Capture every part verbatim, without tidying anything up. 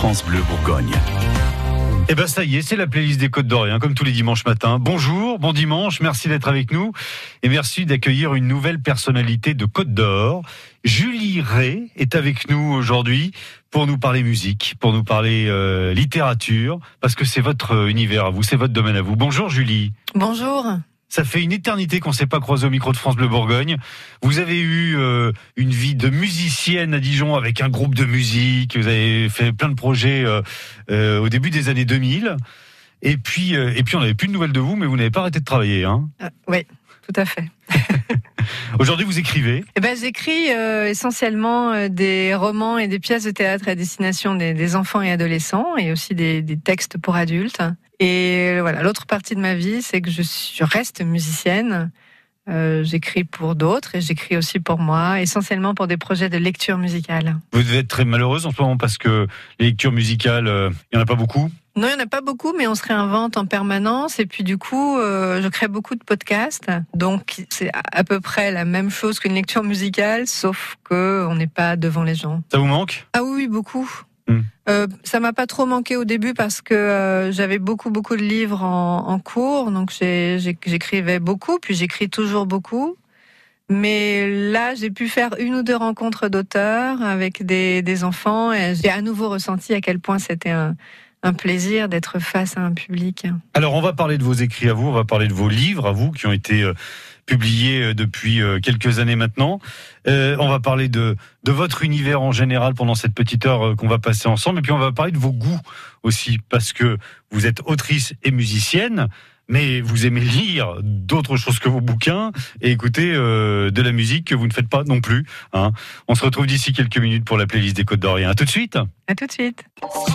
France Bleu Bourgogne. Eh ben ça y est, c'est la playlist des Côtes d'Or, hein, comme tous les dimanches matins. Bonjour, bon dimanche, merci d'être avec nous et merci d'accueillir une nouvelle personnalité de Côte d'Or. Julie Ray est avec nous aujourd'hui pour nous parler musique, pour nous parler euh, littérature, parce que c'est votre univers à vous, c'est votre domaine à vous. Bonjour Julie. Bonjour. Ça fait une éternité qu'on ne s'est pas croisé au micro de France Bleu Bourgogne. Vous avez eu euh, une vie de musicienne à Dijon avec un groupe de musique. Vous avez fait plein de projets euh, euh, au début des années deux mille. Et puis, euh, et puis on n'avait plus de nouvelles de vous, mais vous n'avez pas arrêté de travailler. Hein euh, oui, tout à fait. Aujourd'hui, vous écrivez ? Eh ben, j'écris euh, essentiellement euh, des romans et des pièces de théâtre à destination des, des enfants et adolescents, et aussi des, des textes pour adultes. Et voilà, l'autre partie de ma vie, c'est que je, je reste musicienne. Euh, j'écris pour d'autres et j'écris aussi pour moi, essentiellement pour des projets de lecture musicale. Vous devez être très malheureuse en ce moment parce que les lectures musicales, il euh, n'y en a pas beaucoup ? Non, il n'y en a pas beaucoup, mais on se réinvente en permanence. Et puis du coup, euh, je crée beaucoup de podcasts. Donc c'est à peu près la même chose qu'une lecture musicale, sauf qu'on n'est pas devant les gens. Ça vous manque ? Ah oui, beaucoup. Mmh. Euh, ça m'a pas trop manqué au début parce que euh, j'avais beaucoup beaucoup de livres en, en cours, donc j'ai, j'ai, j'écrivais beaucoup, puis j'écris toujours beaucoup. Mais là, j'ai pu faire une ou deux rencontres d'auteurs avec des, des enfants et j'ai à nouveau ressenti à quel point c'était un, un plaisir d'être face à un public. Alors, on va parler de vos écrits à vous, on va parler de vos livres à vous qui ont été euh, publiés depuis euh, quelques années maintenant. Euh, on va parler de, de votre univers en général pendant cette petite heure euh, qu'on va passer ensemble. Et puis, on va parler de vos goûts aussi, parce que vous êtes autrice et musicienne, mais vous aimez lire d'autres choses que vos bouquins et écouter euh, de la musique que vous ne faites pas non plus. Hein. On se retrouve d'ici quelques minutes pour la playlist des Côtes d'Or. À tout de suite. À tout de suite.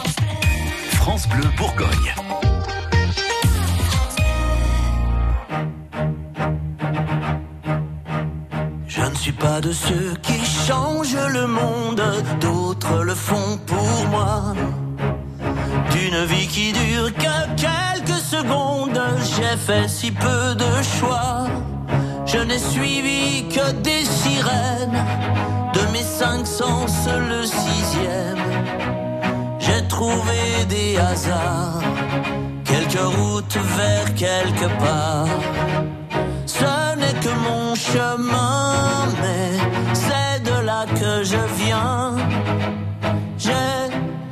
France Bleu Bourgogne. Je ne suis pas de ceux qui changent le monde, d'autres le font pour moi. D'une vie qui dure que quelques secondes, j'ai fait si peu de choix. Je n'ai suivi que des sirènes, de mes cinq sens le sixième. J'ai trouvé des hasards, quelques routes vers quelque part. Ce n'est que mon chemin, mais c'est de là que je viens. J'ai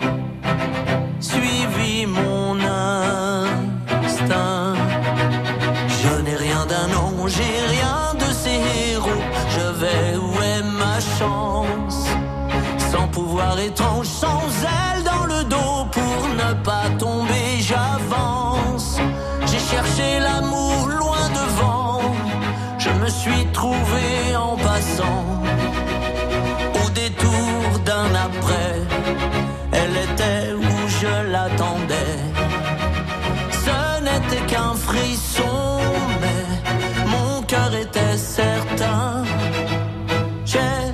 suivi mon instinct. Je n'ai rien d'un ange, j'ai rien de ces héros. Je vais où est ma chance? Sans pouvoir étrange, sans aile dans le dos. Pour ne pas tomber, j'avance. J'ai cherché l'amour loin devant. Je me suis trouvé en passant. Au détour d'un après, elle était où je l'attendais. Ce n'était qu'un frisson, mais mon cœur était certain. J'ai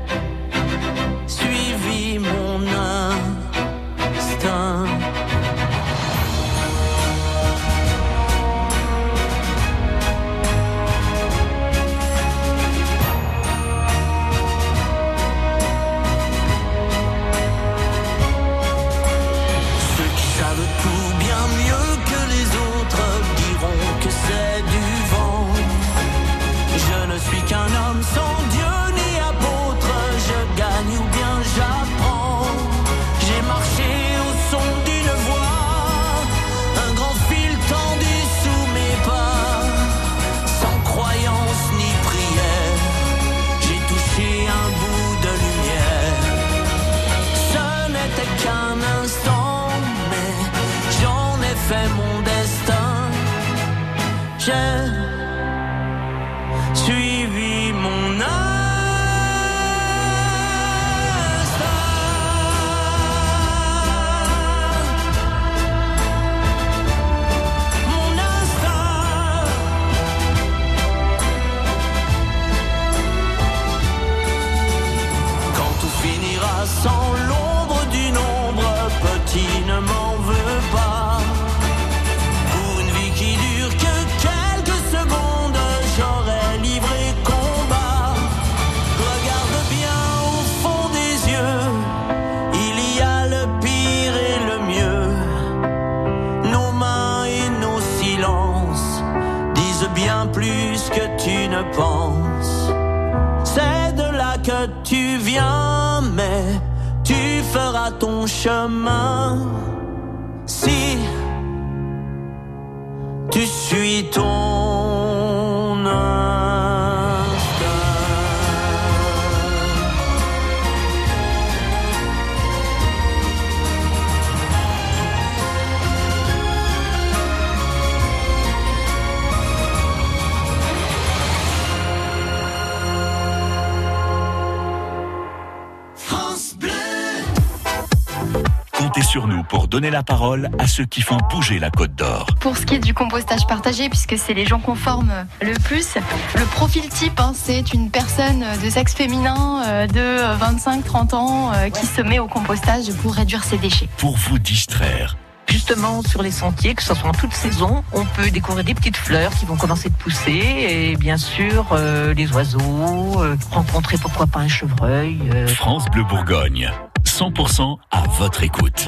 suivi mon instinct. Fait mon destin, j'ai suivi mon instinct. Mon instinct. Quand tout finira sans l'ombre d'une ombre, petit ne m'en veux pas. Regarde bien au fond des yeux, il y a le pire pense. C'est de là que tu viens, mais tu feras ton chemin si tu suis ton instinct. Comptez sur nous pour donner la parole à ceux qui font bouger la Côte d'Or. Pour ce qui est du compostage partagé, puisque c'est les gens qu'on forme le plus, le profil type, hein, c'est une personne de sexe féminin euh, de vingt-cinq à trente ans euh, qui se met au compostage pour réduire ses déchets. Pour vous distraire. Justement, sur les sentiers, que ce soit en toute saison, on peut découvrir des petites fleurs qui vont commencer de pousser et bien sûr euh, les oiseaux, euh, rencontrer pourquoi pas un chevreuil. Euh... France Bleu Bourgogne, cent pour cent à votre écoute.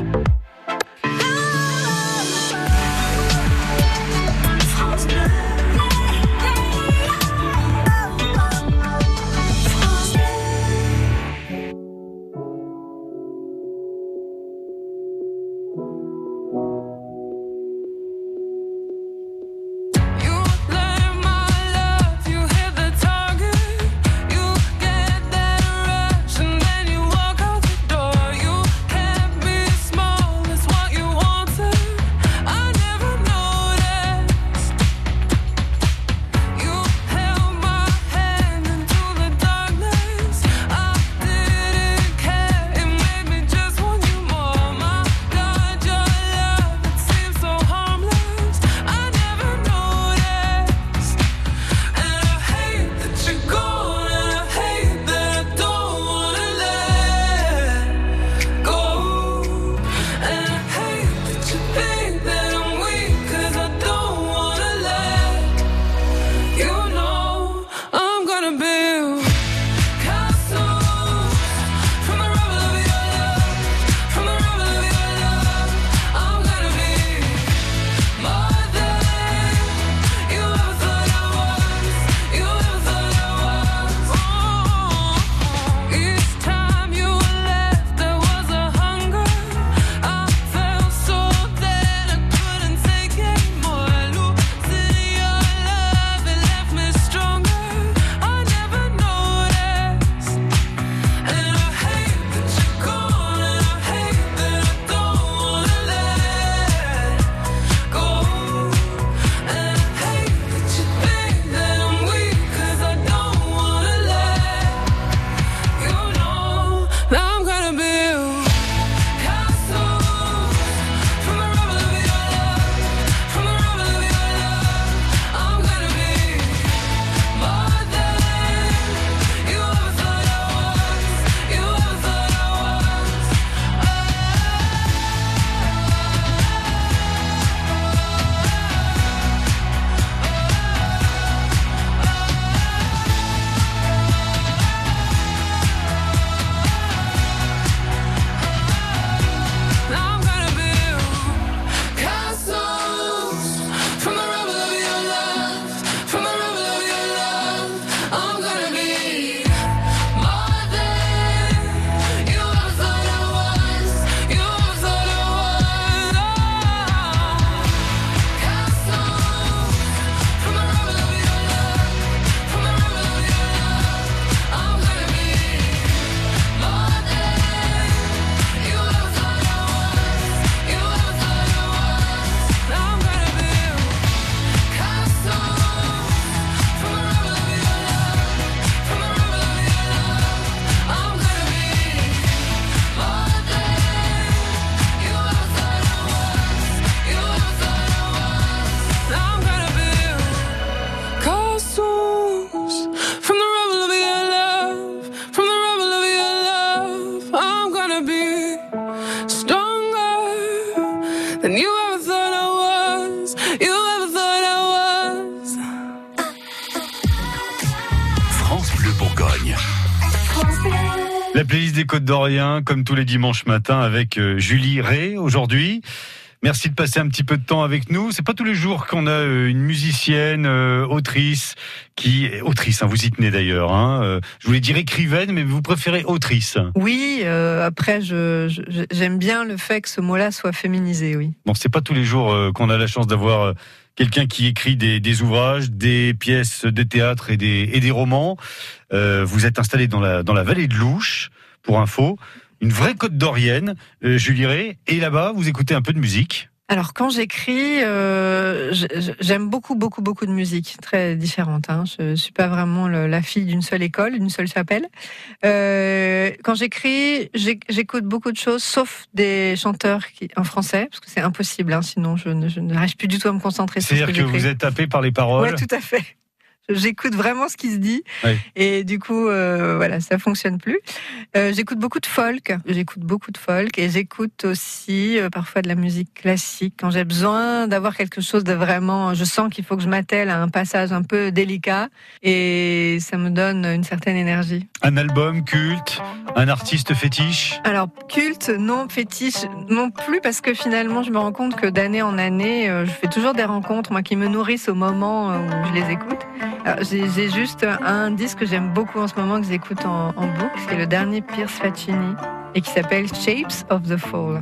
La playlist des Côtes d'Oriens, comme tous les dimanches matins, avec Julie Ray aujourd'hui. Merci de passer un petit peu de temps avec nous. C'est pas tous les jours qu'on a une musicienne, euh, autrice, qui autrice. Hein, vous y tenez d'ailleurs. Hein, euh, je voulais dire écrivaine, mais vous préférez autrice. Oui. Euh, après, je, je, j'aime bien le fait que ce mot-là soit féminisé. Oui. Bon, c'est pas tous les jours euh, qu'on a la chance d'avoir euh, quelqu'un qui écrit des, des ouvrages, des pièces de théâtre et des, et des romans. Euh, vous êtes installé dans la dans la vallée de l'Ouche, pour info. Une vraie Côte d'Orienne, euh, je dirais. Et là-bas, vous écoutez un peu de musique. Alors quand j'écris, euh, j'aime beaucoup, beaucoup, beaucoup de musique, très différente. Hein. Je suis pas vraiment le, la fille d'une seule école, d'une seule chapelle. Euh, quand j'écris, j'écoute beaucoup de choses, sauf des chanteurs qui, en français, parce que c'est impossible. Hein, sinon, je, je n'arrive plus du tout à me concentrer sur ce que j'écris. C'est-à-dire que vous êtes tapé par les paroles. Oui, tout à fait. J'écoute vraiment ce qui se dit, oui. Et du coup, euh, voilà, ça fonctionne plus. Euh, j'écoute beaucoup de folk, j'écoute beaucoup de folk, et j'écoute aussi euh, parfois de la musique classique quand j'ai besoin d'avoir quelque chose de vraiment. Je sens qu'il faut que je m'attelle à un passage un peu délicat, et ça me donne une certaine énergie. Un album culte, un artiste fétiche. Alors culte, non, fétiche, non plus, parce que finalement, je me rends compte que d'année en année, euh, je fais toujours des rencontres, moi, qui me nourrissent au moment où je les écoute. Alors, j'ai, j'ai juste un disque que j'aime beaucoup en ce moment, que j'écoute en, en boucle, c'est le dernier Pierce Faccini, et qui s'appelle Shapes of the Fall.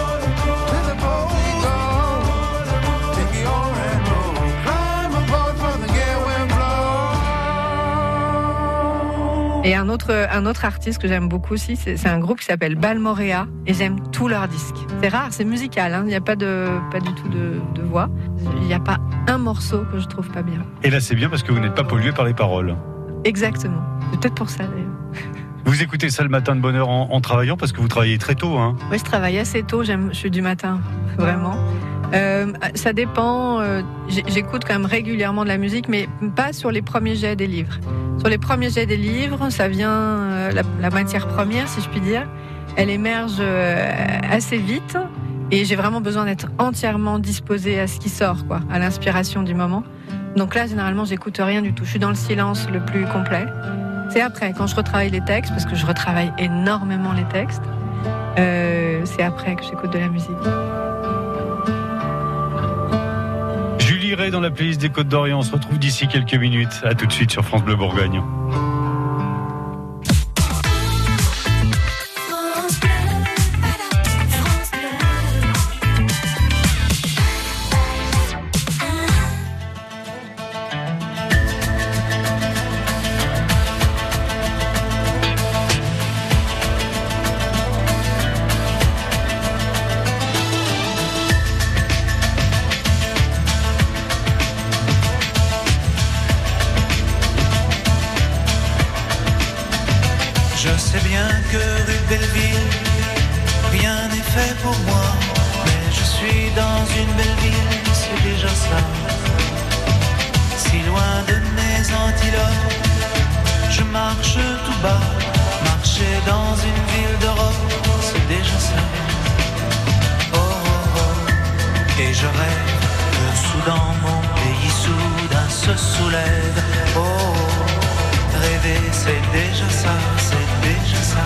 Et un autre, un autre artiste que j'aime beaucoup aussi, c'est, c'est un groupe qui s'appelle Balmorea, et j'aime tous leurs disques. C'est rare, c'est musical, hein, il n'y a pas, de, pas du tout de, de voix. Il n'y a pas un morceau que je trouve pas bien. Et là, c'est bien parce que vous n'êtes pas pollué par les paroles. Exactement. C'est peut-être pour ça, d'ailleurs. Vous écoutez ça le matin de bonne heure en, en travaillant, parce que vous travaillez très tôt, hein? Oui, je travaille assez tôt, j'aime, je suis du matin, vraiment. Euh, ça dépend, euh, j'écoute quand même régulièrement de la musique, mais pas sur les premiers jets des livres. Sur les premiers jets des livres, ça vient, euh, la, la matière première, si je puis dire, elle émerge euh, assez vite, et j'ai vraiment besoin d'être entièrement disposée à ce qui sort, quoi, à l'inspiration du moment. Donc là, généralement, j'écoute rien du tout. Je suis dans le silence le plus complet. C'est après, quand je retravaille les textes, parce que je retravaille énormément les textes, euh, c'est après que j'écoute de la musique. Julie Ray dans la playlist des Côtes d'Orient. On se retrouve d'ici quelques minutes. À tout de suite sur France Bleu Bourgogne. Je sais bien que rue Belleville, rien n'est fait pour moi, mais je suis dans une belle ville, c'est déjà ça. Si loin de mes antilopes, je marche tout bas, marcher dans une ville d'Europe, c'est déjà ça. Oh oh oh, et je rêve que soudain mon pays soudain se soulève. Oh oh, rêver c'est déjà ça, c'est déjà ça.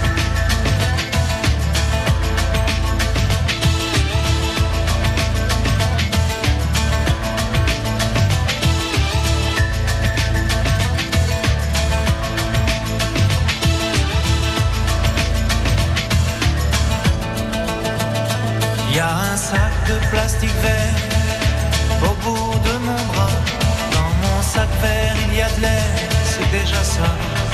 Il y a un sac de plastique vert au bout de mon bras. Dans mon sac vert il y a de l'air, c'est déjà ça.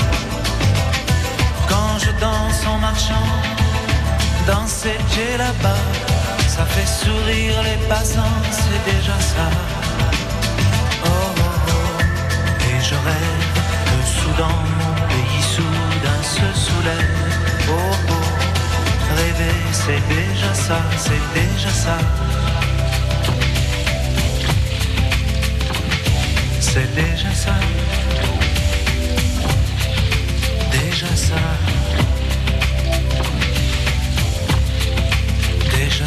Quand je danse en marchant dans ces jets là-bas, ça fait sourire les passants, c'est déjà ça. Oh oh oh, et je rêve que soudain mon pays soudain se soulève. Oh oh, rêver c'est déjà ça, c'est déjà ça. C'est déjà ça. Déjà ça. Déjà.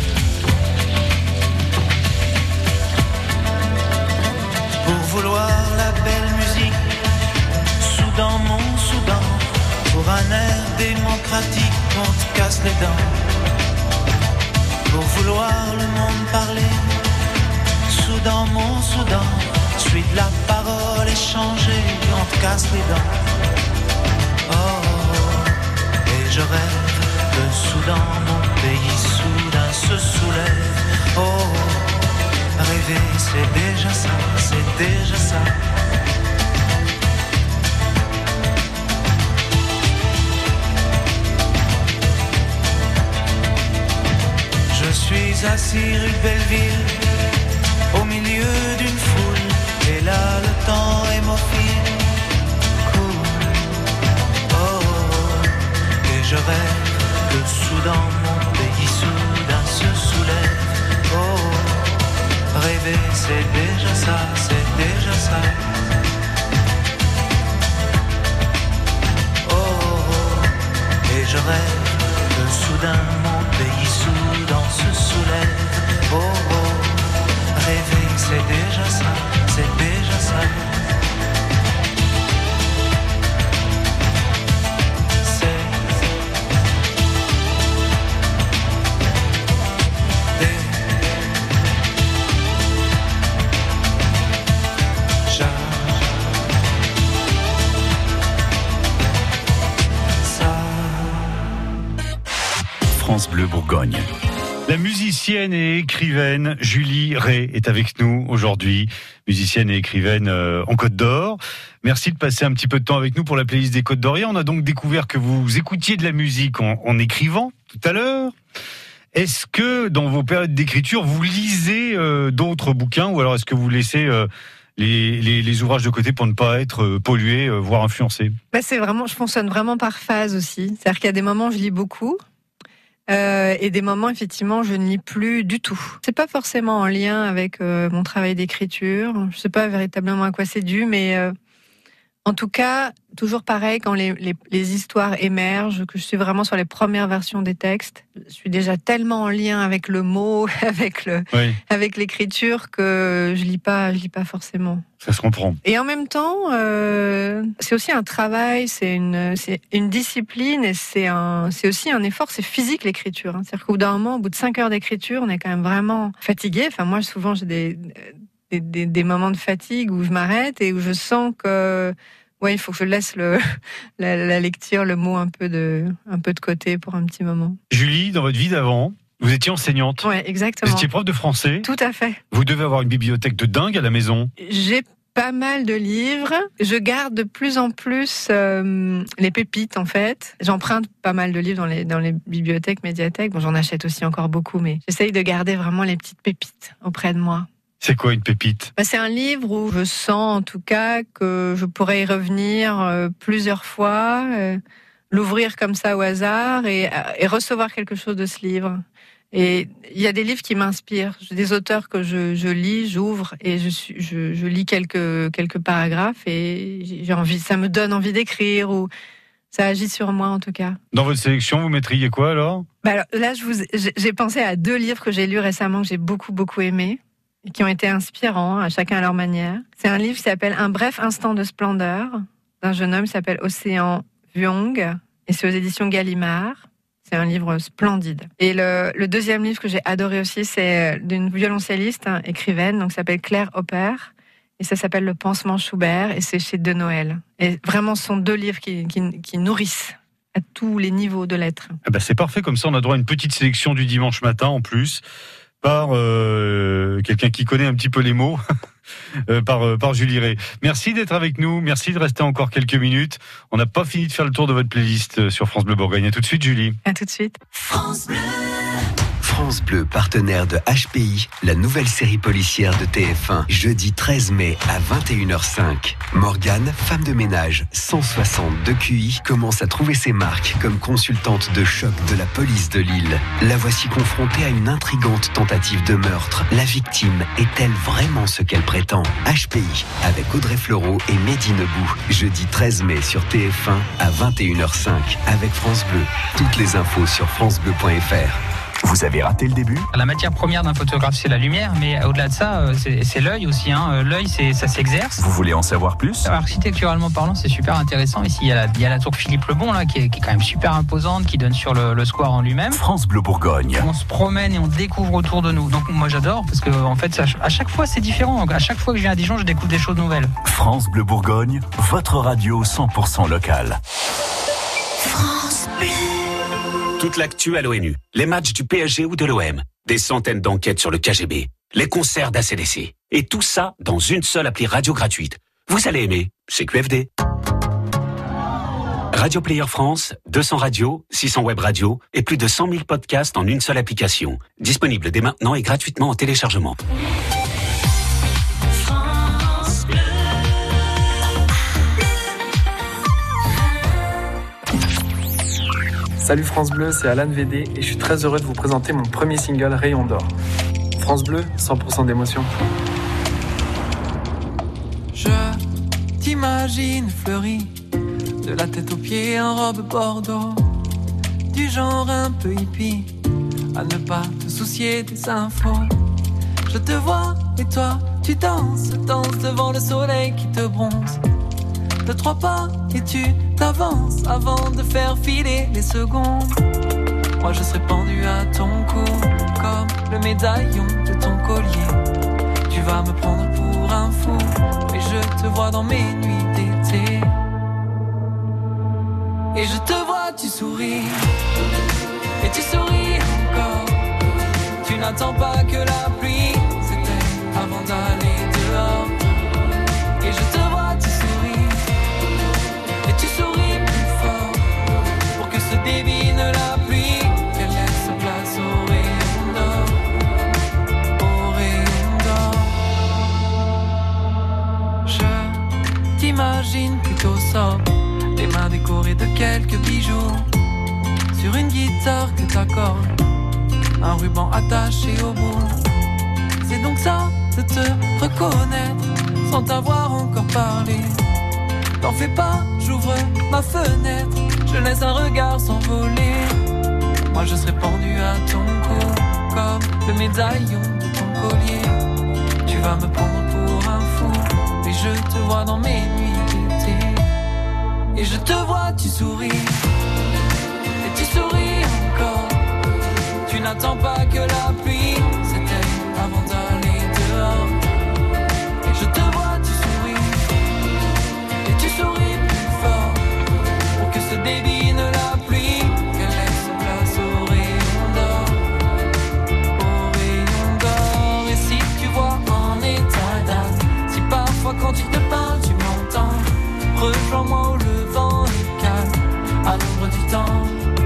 Pour vouloir la belle musique, Soudan mon Soudan, pour un air démocratique, on te casse les dents. pour vouloir le monde parler. Soudan, mon Soudan, suis de la parole échangée, on te casse les dents. Oh, et je rêve de Soudan, mon pays soudain se soulève. Oh, rêver c'est déjà ça, c'est déjà ça. Je suis assis rue de Belleville, au milieu d'une foule, et là le temps hémophile coule. Oh, et je rêve que Soudan, mon pays soudain se soulève. Oh, rêver c'est déjà ça, c'est déjà ça. Oh, et je rêve que soudain mon pays soudain se soulève. Oh, oh, rêver c'est déjà ça, c'est déjà ça. France Bleu Bourgogne. La musicienne et écrivaine Julie Ray est avec nous aujourd'hui, musicienne et écrivaine euh, en Côte d'Or. Merci de passer un petit peu de temps avec nous pour la playlist des Côtes d'Orients. On a donc découvert que vous écoutiez de la musique en, en écrivant tout à l'heure. Est-ce que dans vos périodes d'écriture, vous lisez euh, d'autres bouquins ou alors est-ce que vous laissez euh, les, les, les ouvrages de côté pour ne pas être euh, pollués, euh, voire influencés ? Bah c'est vraiment, je fonctionne vraiment par phase aussi. C'est-à-dire qu'il y a des moments où je lis beaucoup. Euh, et des moments, effectivement, je ne lis plus du tout. C'est pas forcément en lien avec euh, mon travail d'écriture. Je sais pas véritablement à quoi c'est dû, mais euh, en tout cas, toujours pareil, quand les, les, les histoires émergent, que je suis vraiment sur les premières versions des textes, je suis déjà tellement en lien avec le mot, avec le, Oui. avec l'écriture que je lis pas, je lis pas forcément. Ça se comprend. Et en même temps, euh, c'est aussi un travail, c'est une, c'est une discipline et c'est un, c'est aussi un effort, c'est physique l'écriture. Hein. C'est-à-dire qu'au bout d'un moment, au bout de cinq heures d'écriture, on est quand même vraiment fatigué. Enfin, moi, souvent, j'ai des, des, des, des moments de fatigue où je m'arrête et où je sens que, ouais, il faut que je laisse le, la, la lecture, le mot un peu de, un peu de côté pour un petit moment. Julie, dans votre vie d'avant, vous étiez enseignante. Ouais, exactement. Vous étiez prof de français. Tout à fait. Vous devez avoir une bibliothèque de dingue à la maison. J'ai pas mal de livres. Je garde de plus en plus euh, les pépites, en fait. J'emprunte pas mal de livres dans les, dans les bibliothèques, médiathèques. Bon, j'en achète aussi encore beaucoup, mais j'essaye de garder vraiment les petites pépites auprès de moi. C'est quoi une pépite ? Bah, c'est un livre où je sens, en tout cas, que je pourrais y revenir euh, plusieurs fois, euh, l'ouvrir comme ça au hasard et, et recevoir quelque chose de ce livre. Et il y a des livres qui m'inspirent. J'ai des auteurs que je, je lis, j'ouvre et je, suis, je, je lis quelques, quelques paragraphes et j'ai envie, ça me donne envie d'écrire ou ça agit sur moi en tout cas. Dans votre sélection, vous mettriez quoi alors ? Bah alors là, je vous, j'ai pensé à deux livres que j'ai lus récemment que j'ai beaucoup beaucoup aimés et qui ont été inspirants, à chacun à leur manière. C'est un livre qui s'appelle Un bref instant de splendeur d'un jeune homme qui s'appelle Océan Vuong et c'est aux éditions Gallimard. C'est un livre splendide. Et le, le deuxième livre que j'ai adoré aussi, c'est d'une violoncelliste, hein, écrivaine, donc ça s'appelle Claire Hopper. Et ça s'appelle Le Pansement Schubert, et c'est chez De Noël. Et vraiment, ce sont deux livres qui, qui, qui nourrissent à tous les niveaux de l'être. Ah bah c'est parfait, comme ça on a droit à une petite sélection du dimanche matin en plus, par euh, quelqu'un qui connaît un petit peu les mots. Euh, par, euh, par Julie Ray. Merci d'être avec nous, merci de rester encore quelques minutes. On n'a pas fini de faire le tour de votre playlist sur France Bleu Bourgogne. À tout de suite, Julie. À tout de suite. France Bleu. France Bleu, partenaire de H P I, la nouvelle série policière de T F un, jeudi treize mai à vingt et une heures cinq. Morgane, femme de ménage, cent soixante de Q I, commence à trouver ses marques comme consultante de choc de la police de Lille. La voici confrontée à une intrigante tentative de meurtre. La victime est-elle vraiment ce qu'elle prétend ? H P I, avec Audrey Fleurot et Mehdi Nebou, jeudi treize mai sur T F un à vingt et une heures cinq, avec France Bleu. Toutes les infos sur francebleu point f r. Vous avez raté le début ? La matière première d'un photographe, c'est la lumière, mais au-delà de ça, c'est, c'est l'œil aussi. Hein. L'œil, c'est, ça s'exerce. Vous voulez en savoir plus ? Architecturalement parlant, c'est super intéressant. Ici, il y a la, il y a la tour Philippe Lebon, là, qui est, qui est quand même super imposante, qui donne sur le, le square en lui-même. France Bleu Bourgogne. On se promène et on découvre autour de nous. Donc moi, j'adore, parce que en fait, ça, à chaque fois, c'est différent. Donc, à chaque fois que je viens à Dijon, je découvre des choses nouvelles. France Bleu Bourgogne, votre radio cent pour cent locale. France Bleu. Toute l'actu à l'O N U, les matchs du P S G ou de l'O M, des centaines d'enquêtes sur le K G B, les concerts d'A C D C. Et tout ça dans une seule appli radio gratuite. Vous allez aimer, c'est Q F D. Radio Player France, deux cents radios, six cents web radios et plus de cent mille podcasts en une seule application. Disponible dès maintenant et gratuitement en téléchargement. Salut France Bleu, c'est Alan V D et je suis très heureux de vous présenter mon premier single Rayon d'or. France Bleu, cent pour cent d'émotion. Je t'imagine fleurie, de la tête aux pieds en robe bordeaux, du genre un peu hippie, à ne pas te soucier des infos. Je te vois et toi tu danses, danses devant le soleil qui te bronze. De trois pas et tu t'avances avant de faire filer les secondes. Moi je serai pendu à ton cou comme le médaillon de ton collier. Tu vas me prendre pour un fou, mais je te vois dans mes nuits d'été. Et je te vois, tu souris, et tu souris encore. Tu n'attends pas que la pluie s'éteigne avant d'aller dehors. Et je te vois, tu souris, et tu souris plus fort pour que se devine la pluie, qu'elle laisse place au rayon d'or, au rayon d'or. Je t'imagine plutôt sobre, les mains décorées de quelques bijoux, sur une guitare que t'accordes, un ruban attaché au bout. C'est donc ça de te reconnaître sans t'avoir encore parlé. T'en fais pas, j'ouvre ma fenêtre, je laisse un regard s'envoler. Moi je serai pendu à ton cou comme le médaillon de ton collier. Tu vas me prendre pour un fou, et je te vois dans mes nuits d'été. Et je te vois, tu souris, et tu souris encore. Tu n'attends pas que la pluie s'éteigne avant d'aller dehors. Et je te vois, tu souris, et tu souris plus fort pour que se devine la pluie, qu'elle laisse place au rayon d'or, au rayon d'or. Et si tu vois en état d'âme, si parfois quand tu te parles tu m'entends, rejoins-moi au levant et calme à l'ombre du temps.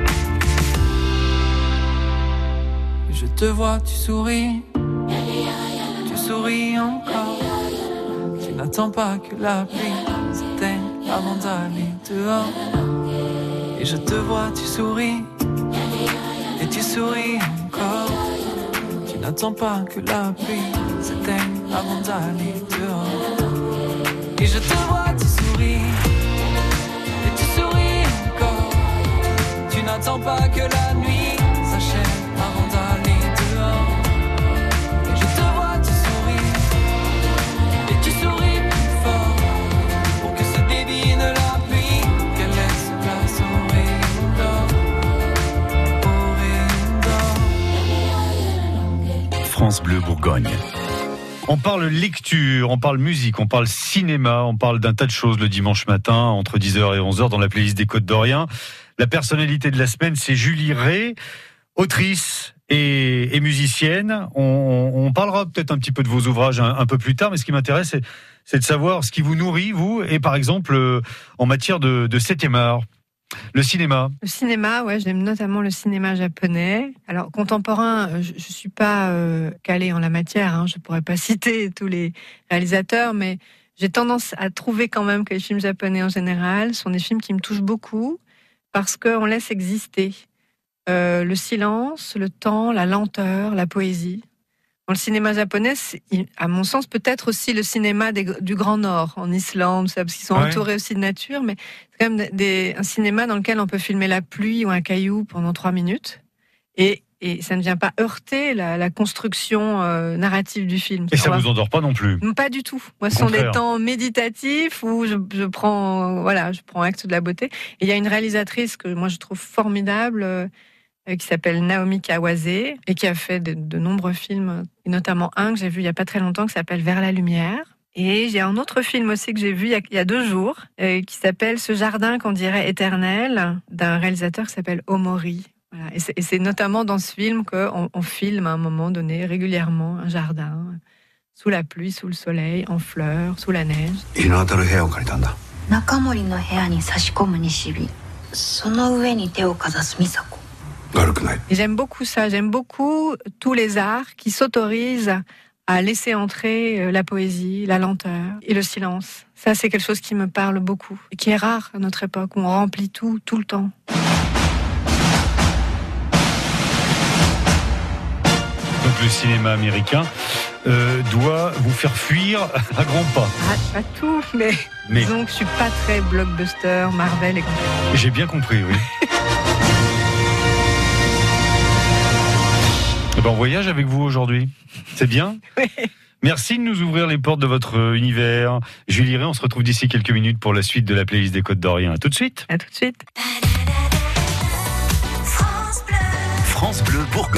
Je te vois, tu souris, tu souris encore. Tu n'attends pas que la pluie s'éteigne avant d'aller dehors. Et je te vois, tu souris, et tu souris encore. Tu n'attends pas que la pluie s'éteigne avant d'aller dehors. Et je te vois, tu souris, et tu souris encore. Tu n'attends pas que la nuit s'achève avant d'aller dehors. Et je te vois, tu souris, et tu souris plus fort pour que se devine la pluie, qu'elle laisse place au rayon d'or, au rayon d'or. France Bleu Bourgogne. On parle lecture, on parle musique, on parle cinéma, on parle d'un tas de choses le dimanche matin entre dix heures et onze heures dans la playlist des Côtes d'Orient. La personnalité de la semaine, c'est Julie Ray, autrice et, et musicienne. On, on parlera peut-être un petit peu de vos ouvrages un, un peu plus tard, mais ce qui m'intéresse, c'est, c'est de savoir ce qui vous nourrit, vous, et par exemple euh, en matière de, de septième art. Le cinéma. Le cinéma, ouais, j'aime notamment le cinéma japonais. Alors contemporain, je, je suis pas euh, calée en la matière, hein, je pourrais pas citer tous les réalisateurs, mais j'ai tendance à trouver quand même que les films japonais en général sont des films qui me touchent beaucoup parce qu'on laisse exister euh, le silence, le temps, la lenteur, la poésie. Dans le cinéma japonais, c'est, à mon sens, peut-être aussi le cinéma des, du Grand Nord, en Islande, parce qu'ils sont ouais. entourés aussi de nature, mais c'est quand même des, un cinéma dans lequel on peut filmer la pluie ou un caillou pendant trois minutes. Et et ça ne vient pas heurter la, la construction euh, narrative du film. Et ça va... vous endort pas non plus? Pas du tout. Moi, ce sont des temps méditatifs où je, je prends, voilà, je prends acte de la beauté. Et il y a une réalisatrice que moi je trouve formidable, euh, qui s'appelle Naomi Kawase et qui a fait de, de nombreux films, et notamment un que j'ai vu il y a pas très longtemps qui s'appelle Vers la lumière. Et j'ai un autre film aussi que j'ai vu il y a, il y a deux jours, euh, qui s'appelle Ce jardin qu'on dirait éternel, d'un réalisateur qui s'appelle Omori. Voilà. Et, c'est, et c'est notamment dans ce film qu'on on filme à un moment donné régulièrement un jardin, sous la pluie, sous le soleil, en fleurs, sous la neige. Nakamori no bureau ni sashikomu Nishibi. Sono ue ni te o kazasu Misako. Et j'aime beaucoup ça, j'aime beaucoup tous les arts qui s'autorisent à laisser entrer la poésie, la lenteur et le silence. Ça, c'est quelque chose qui me parle beaucoup et qui est rare à notre époque, où on remplit tout, tout le temps. Donc le cinéma américain euh, doit vous faire fuir à grands pas. Ah, pas tout, mais, mais... disons que je suis pas très blockbuster, Marvel et compagnie. J'ai bien compris, oui. Ben, on voyage avec vous aujourd'hui. C'est bien? Oui. Merci de nous ouvrir les portes de votre univers. Julie Ray, on se retrouve d'ici quelques minutes pour la suite de la playlist des Côtes d'Orient. À tout de suite. À tout de suite. France Bleu, France Bleu Bourgogne.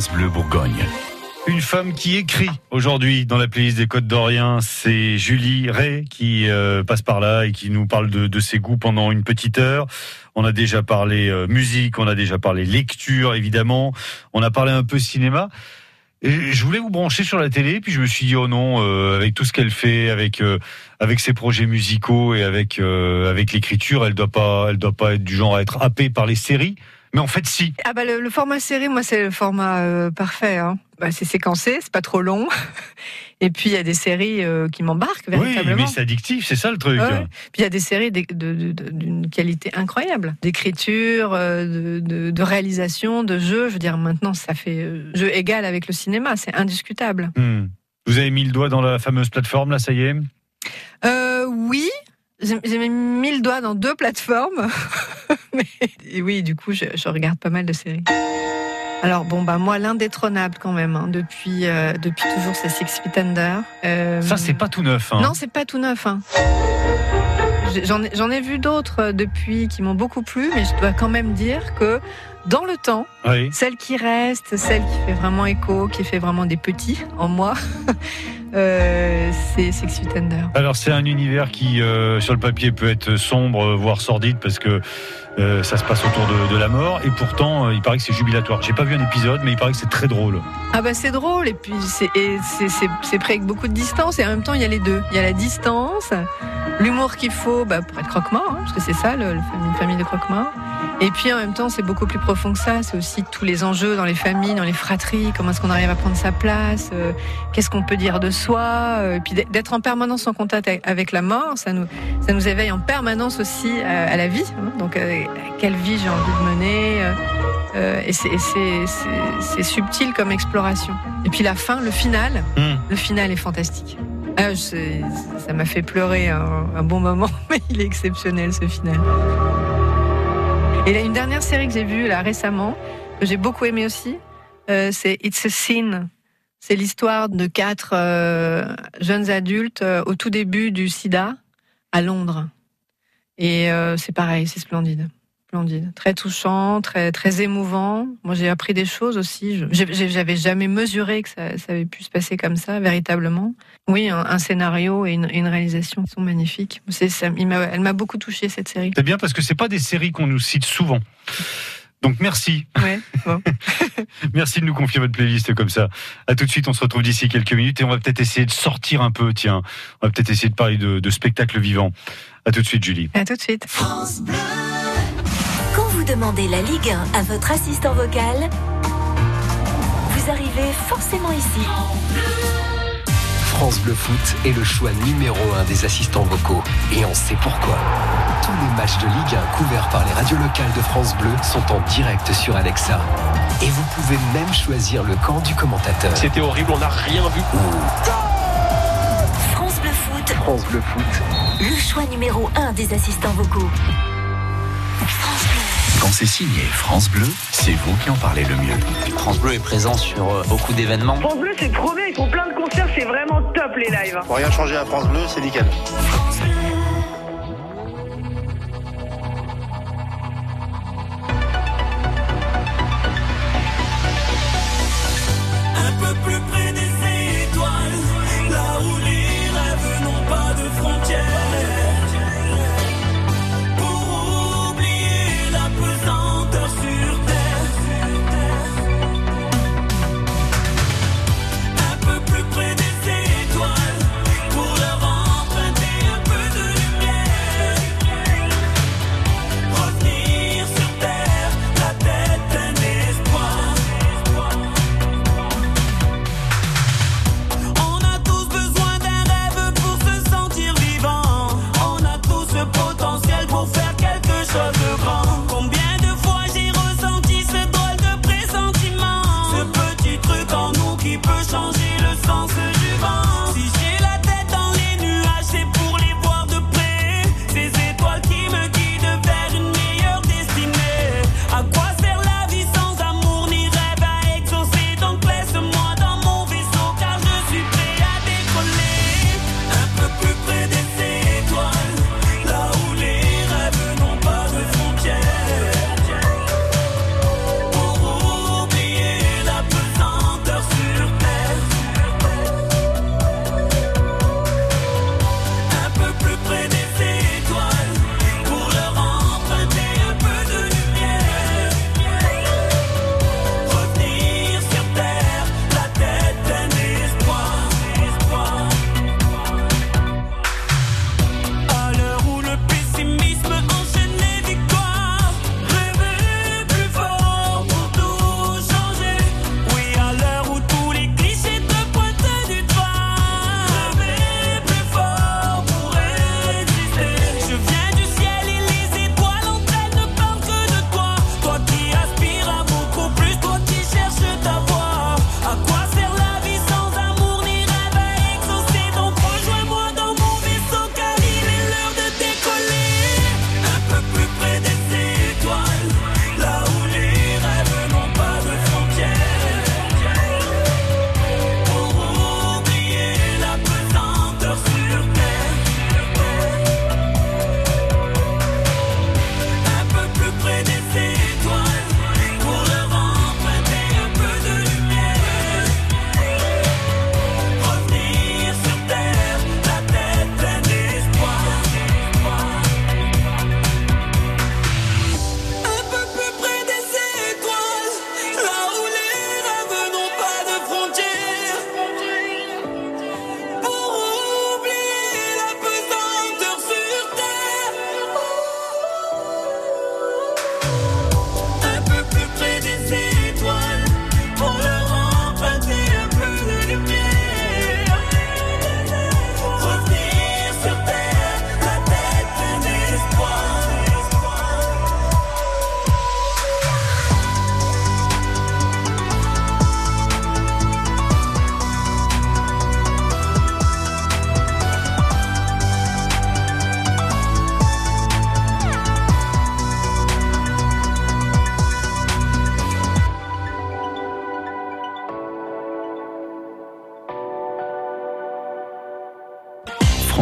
France Bleu Bourgogne. Une femme qui écrit aujourd'hui dans la playlist des Côtes d'Orient, c'est Julie Ray qui euh, passe par là et qui nous parle de, de ses goûts pendant une petite heure. On a déjà parlé euh, musique, on a déjà parlé lecture évidemment, on a parlé un peu cinéma. Et je voulais vous brancher sur la télé, puis je me suis dit oh non, euh, avec tout ce qu'elle fait, avec euh, avec ses projets musicaux et avec euh, avec l'écriture, elle doit pas elle doit pas être du genre à être happée par les séries. Mais en fait, si. Ah bah le, le format série, moi c'est le format euh, parfait. Hein. Bah, c'est séquencé, c'est pas trop long. Et puis il y a des séries euh, qui m'embarquent véritablement. Oui, mais c'est addictif, c'est ça le truc. Ouais. Puis il y a des séries de, de, de, d'une qualité incroyable, d'écriture, de, de, de réalisation, de jeu. Je veux dire, maintenant ça fait jeu égal avec le cinéma, c'est indiscutable. Hmm. Vous avez mis le doigt dans la fameuse plateforme là, ça y est. Euh, oui. J'ai, j'ai mis le doigt dans deux plateformes. Mais, et oui, du coup, je, je regarde pas mal de séries. Alors, bon, bah, moi, l'indétrônable quand même, hein, depuis, euh, depuis toujours, c'est Six Feet Under. Euh, Ça, c'est pas tout neuf. Hein. Non, c'est pas tout neuf. Hein. J'en ai, j'en ai vu d'autres depuis qui m'ont beaucoup plu, mais je dois quand même dire que dans le temps, oui. Celle qui reste, celle qui fait vraiment écho, qui fait vraiment des petits en moi, euh, c'est Six Feet Under. Alors c'est un univers qui, euh, sur le papier, peut être sombre, voire sordide, parce que euh, ça se passe autour de, de la mort, et pourtant, euh, il paraît que c'est jubilatoire. J'ai pas vu un épisode, mais il paraît que c'est très drôle. Ah bah c'est drôle, et puis c'est, et c'est, c'est, c'est pris avec beaucoup de distance, et en même temps, il y a les deux. Il y a la distance, l'humour qu'il faut bah, pour être croque-mort, hein, parce que c'est ça, le, le, une famille de croque-mort. Et puis en même temps, c'est beaucoup plus profond que ça. C'est aussi tous les enjeux dans les familles, dans les fratries. Comment est-ce qu'on arrive à prendre sa place euh, Qu'est-ce qu'on peut dire de soi euh, Et puis d'être en permanence en contact avec la mort, ça nous, ça nous éveille en permanence aussi à, à la vie. Hein. Donc, euh, quelle vie j'ai envie de mener euh, Et, c'est, et c'est, c'est, c'est subtil comme exploration. Et puis la fin, le final, mmh. le final est fantastique. Ah, je, ça m'a fait pleurer un, un bon moment, mais il est exceptionnel ce final. Et là, une dernière série que j'ai vue là récemment, que j'ai beaucoup aimée aussi, euh, c'est It's a Sin. C'est l'histoire de quatre euh, jeunes adultes euh, au tout début du sida à Londres. Et euh, c'est pareil, c'est splendide. Splendide. Très touchant, très, très émouvant. Moi, j'ai appris des choses aussi. Je, j'ai, j'avais jamais mesuré que ça, ça avait pu se passer comme ça, véritablement. Oui, un, un scénario et une, une réalisation qui sont magnifiques. C'est, ça, il m'a, elle m'a beaucoup touchée, cette série. C'est bien parce que c'est pas des séries qu'on nous cite souvent. Donc merci. Ouais, bon. Merci de nous confier votre playlist comme ça. À tout de suite, on se retrouve d'ici quelques minutes et on va peut-être essayer de sortir un peu, tiens. On va peut-être essayer de parler de, de spectacle vivant. À tout de suite, Julie. À tout de suite. France Bleu. Quand vous demandez la Ligue un à votre assistant vocal, vous arrivez forcément ici. France Bleu Foot est le choix numéro un des assistants vocaux. Et on sait pourquoi. Tous les matchs de Ligue un couverts par les radios locales de France Bleu sont en direct sur Alexa. Et vous pouvez même choisir le camp du commentateur. C'était horrible, on n'a rien vu. France Bleu Foot. France Bleu Foot. Le choix numéro un des assistants vocaux. France Bleu. Quand c'est signé France Bleu, c'est vous qui en parlez le mieux. France Bleu est présent sur euh, beaucoup d'événements. France Bleu, c'est trop bien, ils font plein de concerts, c'est vraiment top les lives. Pour rien changer à France Bleu, c'est nickel. France Bleu. Un peu plus près des étoiles, là où les rêves n'ont pas de frontières. Un peu plus près des étoiles, pour leur emprunter un peu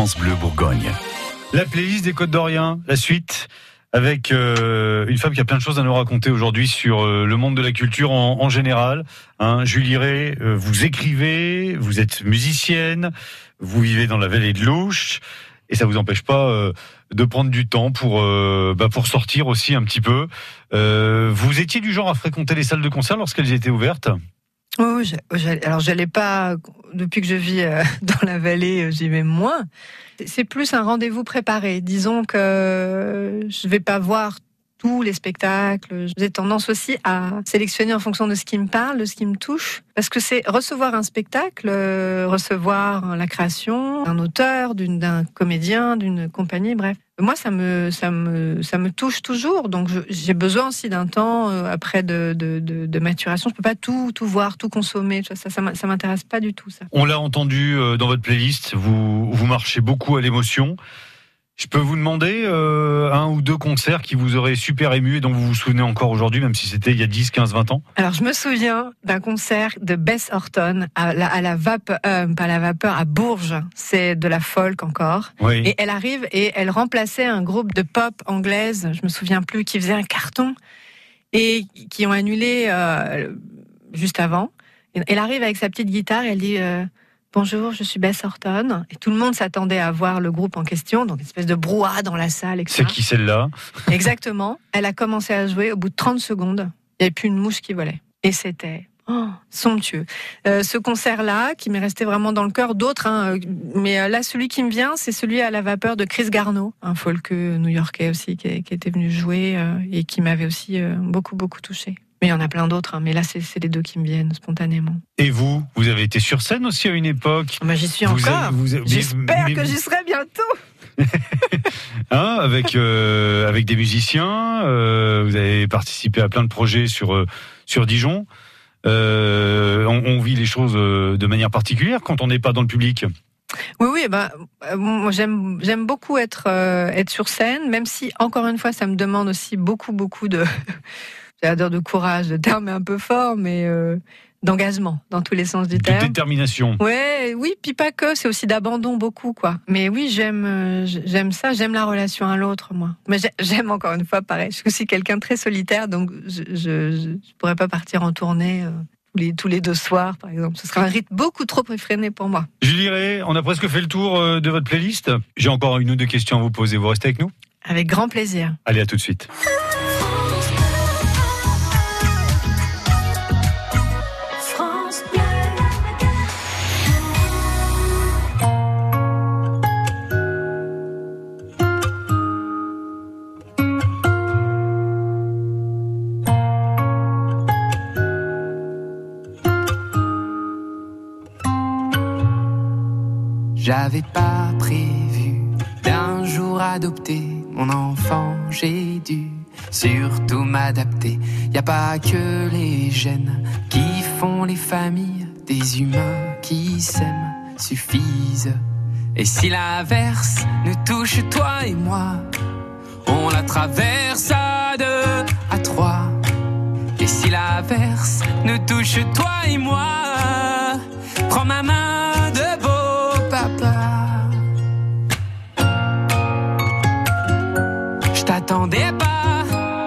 France Bleu Bourgogne. La playlist des Côtes d'Orient, la suite, avec euh, une femme qui a plein de choses à nous raconter aujourd'hui sur euh, le monde de la culture en, en général. Hein, Julie Ray, euh, vous écrivez, vous êtes musicienne, vous vivez dans la vallée de l'Ouche, et ça vous empêche pas euh, de prendre du temps pour euh, bah, pour sortir aussi un petit peu. Euh, vous étiez du genre à fréquenter les salles de concert lorsqu'elles étaient ouvertes ? Oh, j'allais, alors j'allais pas, depuis que je vis euh, dans la vallée, j'y vais moins. C'est plus un rendez-vous préparé. Disons que je vais pas voir tous les spectacles. J'ai tendance aussi à sélectionner en fonction de ce qui me parle, de ce qui me touche. Parce que c'est recevoir un spectacle, euh, recevoir la création d'un auteur, d'une, d'un comédien, d'une compagnie, bref. Moi, ça me, ça me, ça me touche toujours. Donc, je, j'ai besoin aussi d'un temps euh, après de, de, de, de maturation. Je peux pas tout, tout voir, tout consommer. Ça, ça, ça m'intéresse pas du tout, ça. On l'a entendu euh, dans votre playlist. Vous, vous marchez beaucoup à l'émotion. Je peux vous demander euh, un ou deux concerts qui vous auraient super ému et dont vous vous souvenez encore aujourd'hui, même si c'était il y a dix, quinze, vingt ans? Alors, je me souviens d'un concert de Bess Orton à la, à la vapeur, euh, pas à la vapeur, à Bourges. C'est de la folk encore. Oui. Et elle arrive et elle remplaçait un groupe de pop anglaise, je me souviens plus, qui faisait un carton et qui ont annulé euh, juste avant. Et elle arrive avec sa petite guitare et elle dit... Euh, Bonjour, je suis Bess Orton. Et tout le monde s'attendait à voir le groupe en question, donc une espèce de brouhaha dans la salle, et cetera. C'est qui celle-là? Exactement. Elle a commencé à jouer, au bout de trente secondes, il n'y avait plus une mouche qui volait. Et c'était oh, somptueux. Euh, ce concert-là, qui m'est resté vraiment dans le cœur, d'autres, hein, mais là, celui qui me vient, c'est celui à la vapeur de Chris Garneau, un folk new-yorkais aussi, qui, qui était venu jouer euh, et qui m'avait aussi euh, beaucoup, beaucoup touchée. Mais il y en a plein d'autres, hein, mais là, c'est, c'est les deux qui me viennent spontanément. Et vous, vous avez été sur scène aussi à une époque? Bah, j'y suis vous encore. Avez, vous avez, J'espère mais, que j'y serai bientôt. hein, avec euh, avec des musiciens, euh, vous avez participé à plein de projets sur euh, sur Dijon. Euh, on, on vit les choses de manière particulière quand on n'est pas dans le public. Oui, oui, bah, moi j'aime, j'aime beaucoup être euh, être sur scène, même si encore une fois, ça me demande aussi beaucoup, beaucoup de j'adore de courage, de terme un peu fort, mais euh, d'engagement dans tous les sens du terme. De détermination. Ouais, oui, puis pas que, c'est aussi d'abandon beaucoup, quoi. Mais oui, j'aime, euh, j'aime ça, j'aime la relation à l'autre, moi. Mais j'aime encore une fois, pareil, je suis aussi quelqu'un de très solitaire, donc je, je, je pourrais pas partir en tournée euh, tous les tous les deux soirs, par exemple. Ce serait un rythme beaucoup trop effréné pour moi. Julie Ray, on a presque fait le tour de votre playlist. J'ai encore une ou deux questions à vous poser. Vous restez avec nous? Avec grand plaisir. Allez, à tout de suite. J'avais pas prévu d'un jour adopter mon enfant, j'ai dû surtout m'adapter. Y a pas que les gènes qui font les familles, des humains qui s'aiment suffisent. Et si l'averse nous touche toi et moi, on la traverse à deux, à trois. Et si l'averse nous touche toi et moi, prends ma main de beau papa. Je t'attendais pas,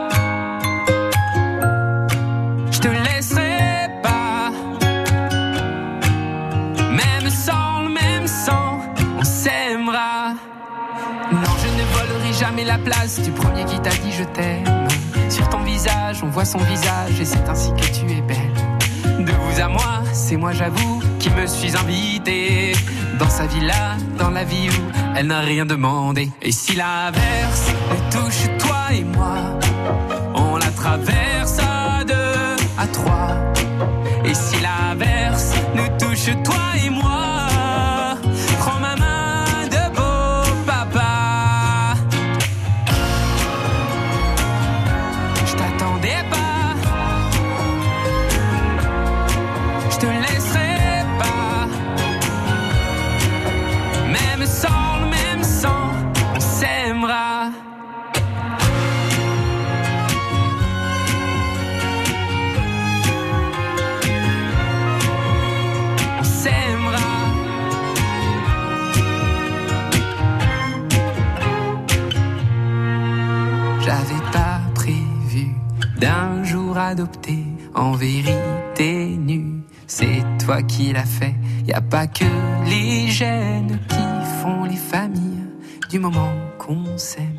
je te laisserai pas. Même sans le même sang, on s'aimera. Non, je ne volerai jamais la place du premier qui t'a dit je t'aime. Sur ton visage, on voit son visage et c'est ainsi que tu es belle. De vous à moi, c'est moi j'avoue qui me suis invité dans sa villa, dans la vie où elle n'a rien demandé. Et si l'averse nous touche toi et moi, on la traverse à deux, à trois. Et si l'averse nous touche toi et moi, prends ma main de beau papa. Je t'attendais pas, je te laisserai pas. Même sans le même sang, on s'aimera. On s'aimera. J'avais pas prévu d'un jour adopter en vérité nue. C'est toi qui l'as fait, y a pas que les gènes qui font les familles du moment qu'on s'aime.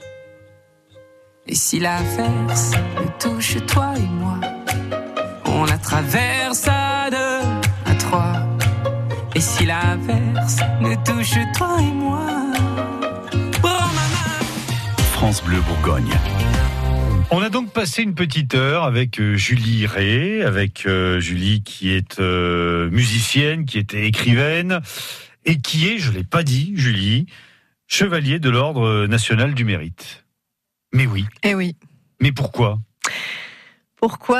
Et si l'averse nous touche toi et moi, on la traverse à deux, à trois. Et si l'averse nous touche toi et moi, prends ma main. France Bleu Bourgogne. On a donc passé une petite heure avec euh, Julie Ray, avec euh, Julie qui est euh, musicienne, qui était écrivaine et qui est, je l'ai pas dit, Julie, chevalier de l'Ordre national du mérite. Mais oui. Eh oui. Mais pourquoi ? Pourquoi ?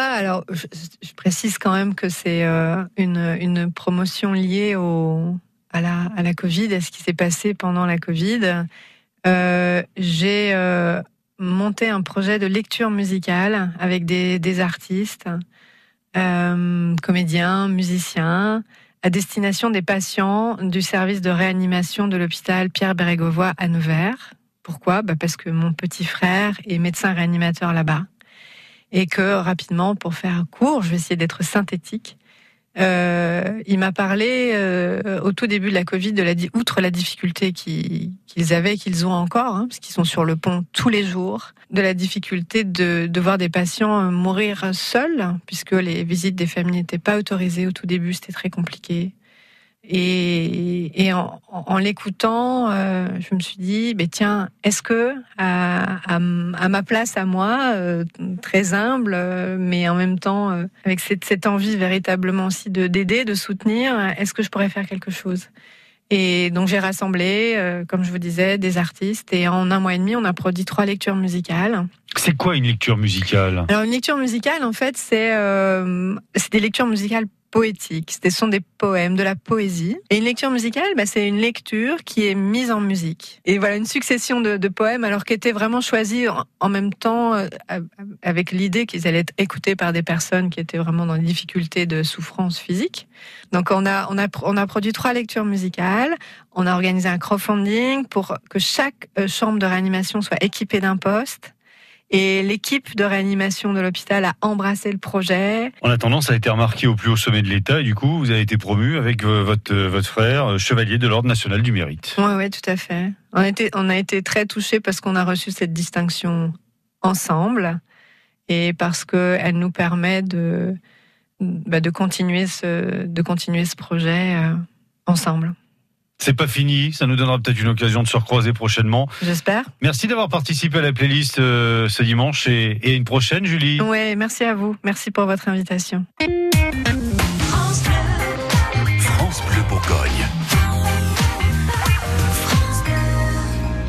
Alors, je, je précise quand même que c'est euh, une, une promotion liée au, à, la, à la Covid, à ce qui s'est passé pendant la Covid. Euh, j'ai euh, monté un projet de lecture musicale avec des, des artistes, euh, comédiens, musiciens, à destination des patients du service de réanimation de l'hôpital Pierre-Bérégovoy à Nevers. Pourquoi ? Bah parce que mon petit frère est médecin réanimateur là-bas. Et que rapidement, pour faire court, je vais essayer d'être synthétique, euh, il m'a parlé euh, au tout début de la Covid, de la, outre la difficulté qu'ils, qu'ils avaient, qu'ils ont encore, hein, parce qu'ils sont sur le pont tous les jours, de la difficulté de, de voir des patients mourir seuls, puisque les visites des familles n'étaient pas autorisées au tout début, c'était très compliqué. Et, et en, en l'écoutant, euh, je me suis dit, bah, tiens, est-ce que à, à, à ma place, à moi, euh, très humble, euh, mais en même temps euh, avec cette, cette envie véritablement aussi de d'aider, de soutenir, est-ce que je pourrais faire quelque chose ? Et donc j'ai rassemblé, euh, comme je vous disais, des artistes, et en un mois et demi, on a produit trois lectures musicales. C'est quoi une lecture musicale ? Alors une lecture musicale, en fait, c'est euh, c'est des lectures musicales poétiques. Ce sont des poèmes, de la poésie. Et une lecture musicale, bah, c'est une lecture qui est mise en musique. Et voilà, une succession de, de poèmes, alors qui étaient vraiment choisis en, en même temps, euh, avec l'idée qu'ils allaient être écoutés par des personnes qui étaient vraiment dans des difficultés de souffrance physique. Donc on a, on a, on a produit trois lectures musicales. On a organisé un crowdfunding pour que chaque euh, chambre de réanimation soit équipée d'un poste. Et l'équipe de réanimation de l'hôpital a embrassé le projet. En attendant, ça a été remarqué au plus haut sommet de l'État, et du coup, vous avez été promu avec votre, votre frère, chevalier de l'Ordre national du mérite. Oui, ouais, tout à fait. On a été, on a été très touchés parce qu'on a reçu cette distinction ensemble, et parce qu'elle nous permet de, bah, de, continuer ce, de continuer ce projet euh, ensemble. C'est pas fini, ça nous donnera peut-être une occasion de se recroiser prochainement. J'espère. Merci d'avoir participé à la playlist euh, ce dimanche, et, et à une prochaine, Julie. Ouais, merci à vous. Merci pour votre invitation.